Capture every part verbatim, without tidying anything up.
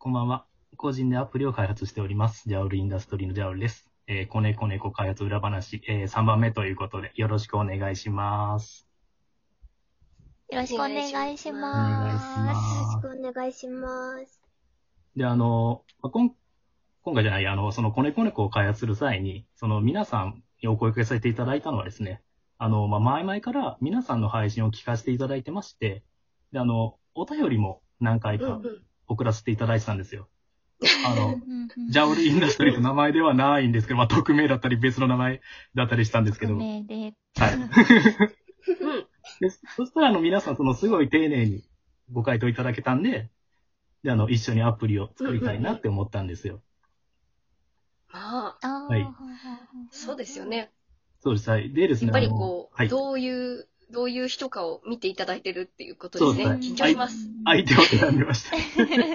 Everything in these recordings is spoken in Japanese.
こんばんは。個人でアプリを開発しております。ジャウルインダストリーのジャウルです。えー、コネコネコ開発裏話、えー、さんばんめということで、よろしくお願いします。 よろしくお願いします。 お願いします。 よろしくお願いします。 で、あの、今今回じゃない、あの、そのコネコネコを開発する際に、その皆さんにお声掛けさせていただいたのはですね、あの、まあ、前々から皆さんの配信を聞かせていただいてまして、で、あの、お便りも何回か送らせていただいてたんですよ。あの、ジャウルインダストリーと名前ではないんですけど、まあ、匿名だったり別の名前だったりしたんですけど。 匿名で。 はい。でそしたら、あの、皆さん、その、すごい丁寧にご回答いただけたんで、で、あの、一緒にアプリを作りたいなって思ったんですよ。 ああ。 はい。 そうですよね。 そうです。はい。でですね。 やっぱりこう、 はい、 どういう、どういう人かを見ていただいてるっていうことですね。 そうです。 緊張します。 相手を選びました。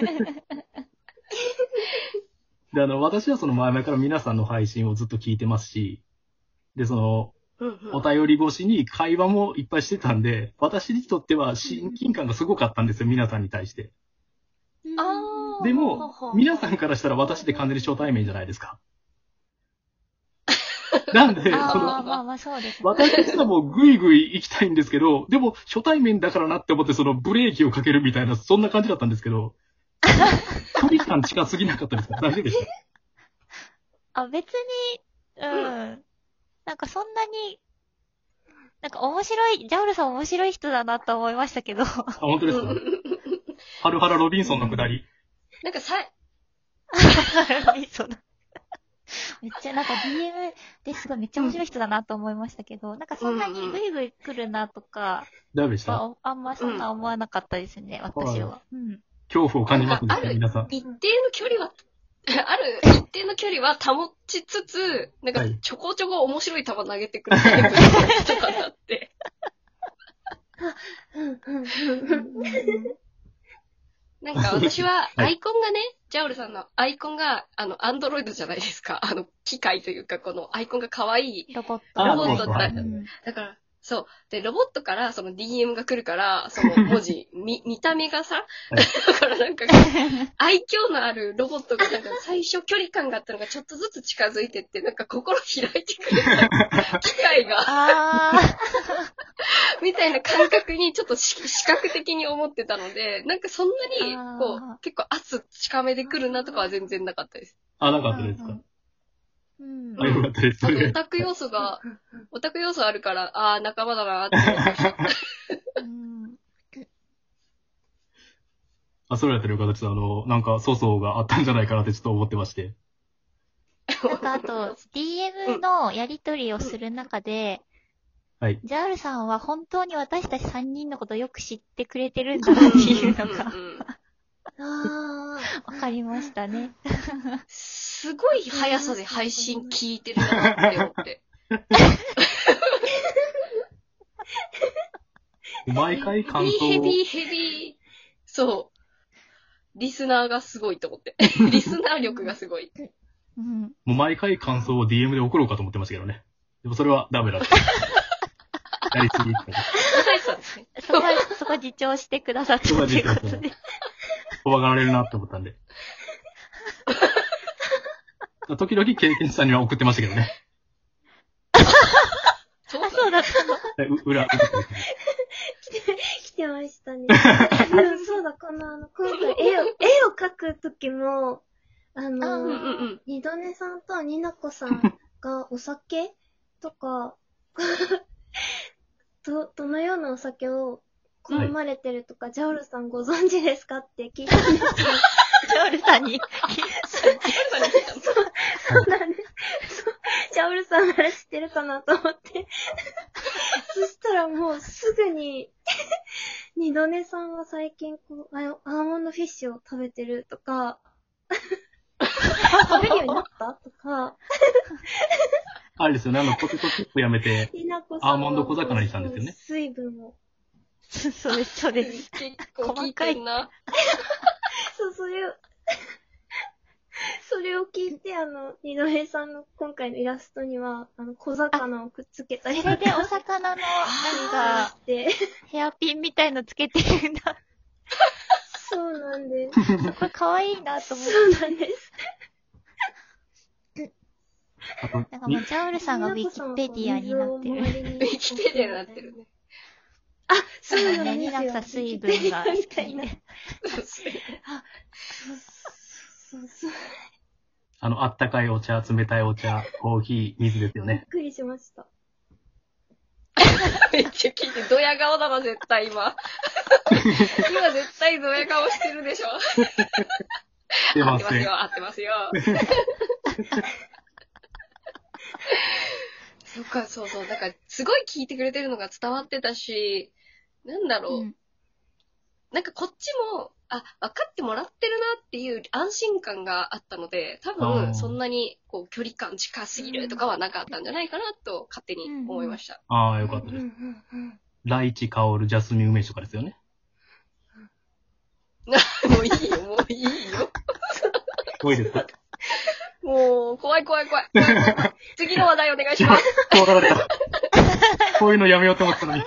で、あの、私はその前々から皆さんの配信をずっと聞いてますし、で、その、 うんうん、 お便り越しに会話もいっぱいしてたんで、私にとっては親近感がすごかったんですよ、皆さんに対して。 あでも、皆さんからしたら私って完全に初対面じゃないですか。なんで、 あまあまあそうですね、 私としてはもうグイグイ行きたいんですけど、でも初対面だからなって思ってそのブレーキをかけるみたいな、そんな感じだったんですけど、距離感近すぎなかったですか？大丈夫でした？ あ、別に、うん。なんかそんなに、なんか面白い、ジャウルさん面白い人だなと思いましたけど。あ、 本当ですか？ハルハラロビンソンのくだり。 なんかさ、 ハルハラロビンソンの。めっちゃなんか ディーエム ですごいめっちゃ面白い人だなと思いましたけど、なんかそんなにグイグイ来るなとか、 大丈夫でした？ あ, あんまそんな思わなかったですね、うん、私は。うん。 恐怖を感じますね、皆さん。 一定の距離は、ある一定の距離は保ちつつ、なんかちょこちょこ面白い球投げてくるタイプの人かなって。なんか私はアイコンがね、はい、ジャウルさんのアイコンが、あの、アンドロイドじゃないですか。あの、機械というか、このアイコンが可愛い。 ロボット。 ロボットだ、はい、だから、そう。で、ロボットからその ディーエム が来るから、その文字、み、見た目がさ、はい、だからなんか、愛嬌のあるロボットがなんか最初距離感があったのがちょっとずつ近づいてって、なんか心開いてくれた機械が、みたいな感覚にちょっと視覚的に思ってたので、なんかそんなに、こう、結構圧近めで来るなとかは全然なかったです。 あ、なかったですか？ うん。 あ、よかったです。 あと、オタク要素が、オタク要素あるから、ああ、仲間だなって思いました。うん、 あ、それやったらよかったです。あの、なんか粗相があったんじゃないかなってちょっと思ってまして。 なんかあと、ディーエム のやりとりをする中で、 はい。 ジャールさんは本当に私たちさんにんのことをよく知ってくれてるんだなっていうのが、わかりましたね。 すごい速さで配信聞いてるなって思って。 毎回感想ヘビーヘビーヘビー。そう。リスナーがすごいと思って。リスナー力がすごい。 うん、 もう毎回感想を ディーエム で送ろうかと思ってましたけどね。でもそれはダメだった。やりすぎって。 そこ、そこ自重してくださったっていうことで。 怖がられるなって思ったんで。時々経験者には送ってましたけどね。 そうだ、そうだったの。 裏、裏。 来てましたね。そうだ、この、あの、今回絵を、絵を描くときも、あの、 うんうん、 二度寝さんとになこさんがお酒とか、ど、どのようなお酒を好まれてるとか、はい、ジャオルさんご存知ですかって聞いたんですよ。 ジャオルさんに。 そう、そうなんです。そう、ジャオルさんなら知ってるかなと思って。そしたらもうすぐに、二度寝さんは最近こう、アーモンドフィッシュを食べてるとか、食べるようになったとか。 あれですよね、あの、ポテトチップやめて、アーモンド小魚にしたんですよね。 水分を。 そうです、そうです。 結構聞いてんな。 そう、それを、それを聞いて、あの、二度寝さんの今回のイラストには、あの、小魚をくっつけたり。 それでお魚の、何か、ヘアピンみたいのつけてるんだ。 そうなんです。 これ可愛いなと思って。 そうなんです。 なんかもう、ジャオルさんがウィキペディアになってる。 ウィキペディアになってるね。 あ、そうなんですよ。 ね、リナクさん水分が好きで。 あ、そうそう。 あの、あったかいお茶、冷たいお茶、コーヒー、水ですよね。 びっくりしました。 めっちゃ聞いて、ドヤ顔だな、絶対今。今絶対ドヤ顔してるでしょ。 出ま合ってますよ、合ってますよ。そっか、そうそう。だから、すごい聞いてくれてるのが伝わってたし、なんだろう。うん、なんかこっちも、あ、分かってもらってるなっていう安心感があったので、多分、そんなに、こう、距離感近すぎるとかはなかったんじゃないかなと、勝手に思いました。 うんうん、ああ、よかったです。ライチ、カオル、ジャスミン、梅酒とかですよね。 もういいよ、もういいよ。 もういいですか？ もう、怖い怖い怖い。怖い怖い怖い次の話題お願いします。 怖がられた。こういうのやめようって思ったのに。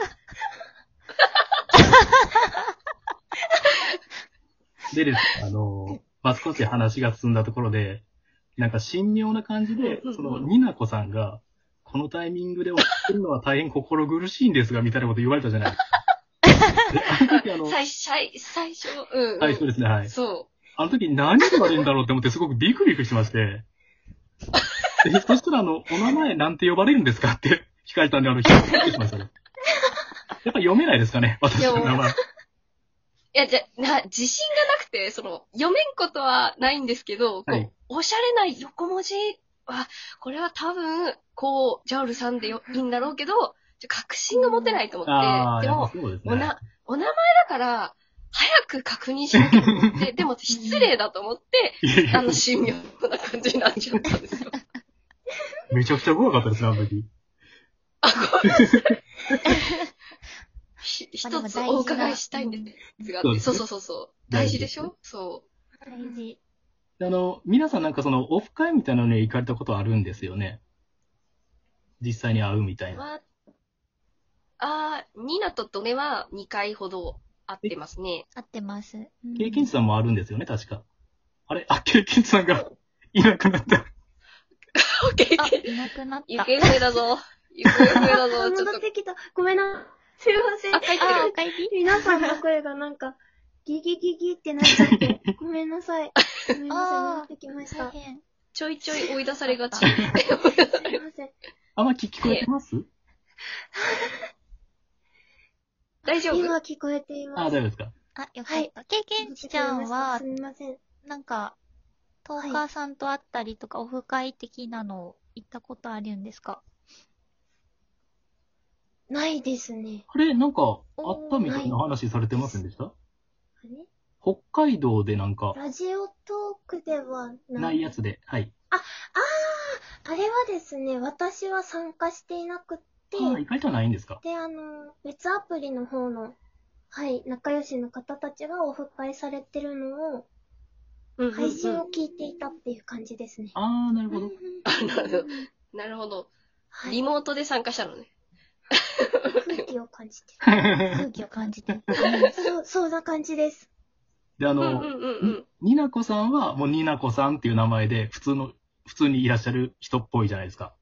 でですね、あの、まあ、少し話が進んだところで、なんか神妙な感じで、その、ニナコさんが、このタイミングで起きるのは大変心苦しいんですが、みたいなこと言われたじゃないですか。あの時あの、 最初、最初、うん、うん。 最初ですね、はい。 そう。 あの時何言われるんだろうって思ってすごくビクビクしまして。で、そしたらあの、お名前なんて呼ばれるんですかって聞かれたんで、あの、ひっくりしましたね。やっぱ読めないですかね、私の名前。いや、じゃ、な、自信がなくて、その、読めんことはないんですけど、 はい、 こう、おしゃれな横文字は、これは多分、こう、ジャオルさんでよいいんだろうけど、確信が持てないと思って、 あでも、 そうですね、 おな、お名前だから、早く確認しなきゃと思って、でも失礼だと思って、あの、神妙な感じになっちゃったんですよ。 めちゃくちゃ怖かったですね、あの時。 あ、ごめんなさい。一つお伺いしたいんですが、そうそうそうそう。大事でしょ？そう。 大事。 あの、皆さんなんかその、オフ会みたいなのに行かれたことあるんですよね。実際に会うみたいな。 あー、ニナとドネはにかいほど会ってますね。 会ってます。 経験値さんもあるんですよね、確か。あれあ、経験値さんがいなくなった。 経験値いなくなった。 行方不明だぞ。行方不明だぞ。 ちょっと。戻ってきた。ごめんな。すいません。 あ、帰ってる。 帰り皆さんの声がなんか、ギギギギってなっちゃって。ごめんなさい。ごめんなさい。戻ってきました。 ちょいちょい追い出されがち。 すいません。 あんま聞こえてます？ 大丈夫？ 今聞こえています。 あ、大丈夫ですか？ あ、よかった。経験値ちゃんは、 すみません。 なんか、トーカーさんと会ったりとか、オフ会的なのを行ったことあるんですか？ ないですね。 あれなんか、あったみたいな話されてませんでした？あれ北海道でなんか。 ラジオトークではない。 ないやつで、はい。 あ、あー、あれはですね、私は参加していなくて。 あ、意外とはないんですか？ で、あの、別アプリの方の、はい、仲良しの方たちがオフ会されてるのを、配信を聞いていたっていう感じですね。 あー、なるほど。 なるほど。リモートで参加したのね。 空気を感じてる。空気を感じてる。 そう、そんな感じです。 で、あの、ニナコさんはもうニナコさんっていう名前で普通の、普通にいらっしゃる人っぽいじゃないですか。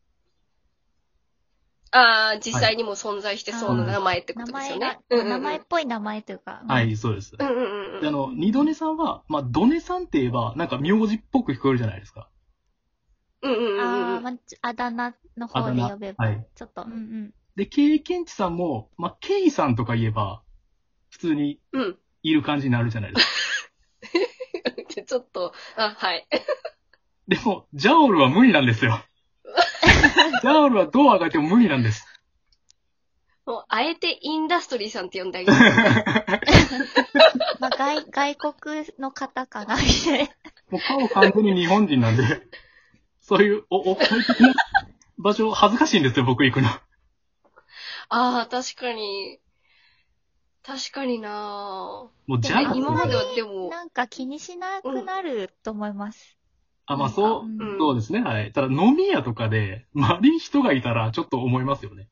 ああ、実際にも存在してそうな名前ってことですよね。 名前名前っぽい名前というか。 はい、そうです。 うんうんうん。 で、あの、ニドネさんは、まあ、ドネさんって言えば、なんか名字っぽく聞こえるじゃないですか。 うんうんうん。 ああ、まあ、あだ名の方で呼べば、はい、ちょっと、うんうん。 で、経験値さんも、まあ、ケイさんとか言えば、普通に、いる感じになるじゃないですか。 うん、ちょっと、あ、はい。 でも、ジャオルは無理なんですよ。ジャオルはどうあがいても無理なんです。 もう、あえてインダストリーさんって呼んであげる。まあ、外、外国の方かな、みたいな。 もう顔完全に日本人なんで、そういう、お、お、的な場所恥ずかしいんですよ、僕行くの。 ああ、確かに。確かになぁ。もうじゃあ、 今まではでも。 なんか気にしなくなると思います。 うん、あ、まあそう、うん、そうですね。はい。ただ飲み屋とかで、周りに人がいたらちょっと思いますよね。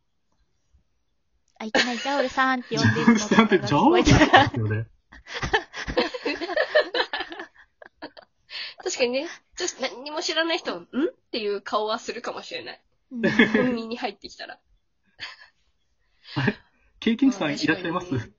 あ、いきなりジャオルさんって呼んでるの。 ジャオルさんってジャオルさんですよね。 かにね、ちょっと何にも知らない人は、んっていう顔はするかもしれない。 うん本人に入ってきたら。 あれ経験者さんいらっしゃいます？ まあ確かにね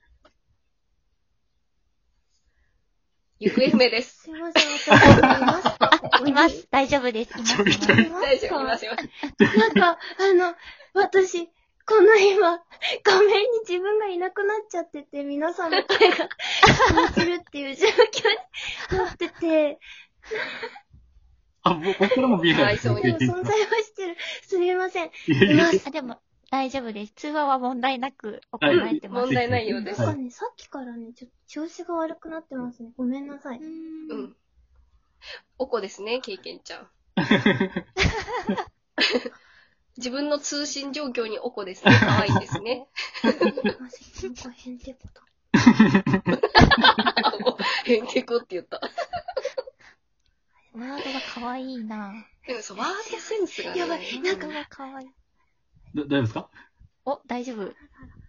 行方不明です。 すいません、私いますか？ あ、います。大丈夫です。います。いますちょいちょいいます大丈夫、いか？ ますよ。いなんか、あの、私、この今、画面に自分がいなくなっちゃってて、皆さんの声が聞こえてるっていう状況になってて、 あ、ぼ僕らも見えないですね。 はいそうでも存在はしてる。すみません。いまいやいやいやす。 あ、でも、大丈夫です。通話は問題なく行えてます。 問題ないようです。 なんかね、さっきからね、ちょっと調子が悪くなってますね。ごめんなさい。 うーうんん。おこですね、経験ちゃん。自分の通信状況におこですね。可愛いですね。 すいません、なんか変ってこと。 へんてこって言った。 ワードが可愛いなでもそう、ワードセンスがね。 やばいぁ。なんかが可愛い。 だ大丈夫ですか？ お、大丈夫。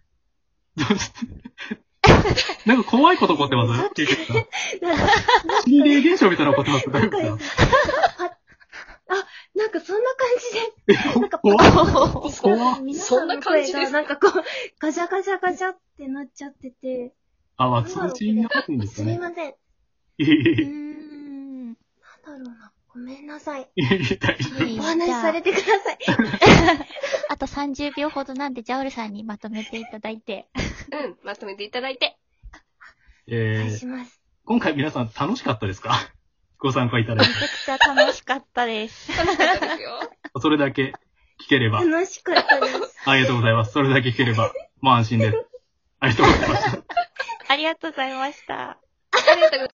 なんか怖いこと起こってます経験者さん。心霊現象みたいなの起こってます大丈夫ですか？ なんかそんな感じで、 え、 なんか怖い。 そ怖っ皆さんの声がなんかこう、ガチャガチャガチャってなっちゃってて、 あ、まあ、通信が入るんですすかね。 みません。 いえいうえーん。 なんだろうな。ごめんなさい。 いえいえ、大丈夫。 いいお話しされてください。 あとさんじゅうびょうほどなんで、ジャオルさんにまとめていただいて。 うん、まとめていただいて。 お願いえー、 します。 今回皆さん楽しかったですか？ご参加いただいめちゃくちゃ楽しかったです。 楽しかったですよ。 て。それだけ聞ければ。 楽しかったです。 ありがとうございます。それだけ聞ければ、もう安心です。ありがとうございました。 ありがとうございました。 ありがとうございます。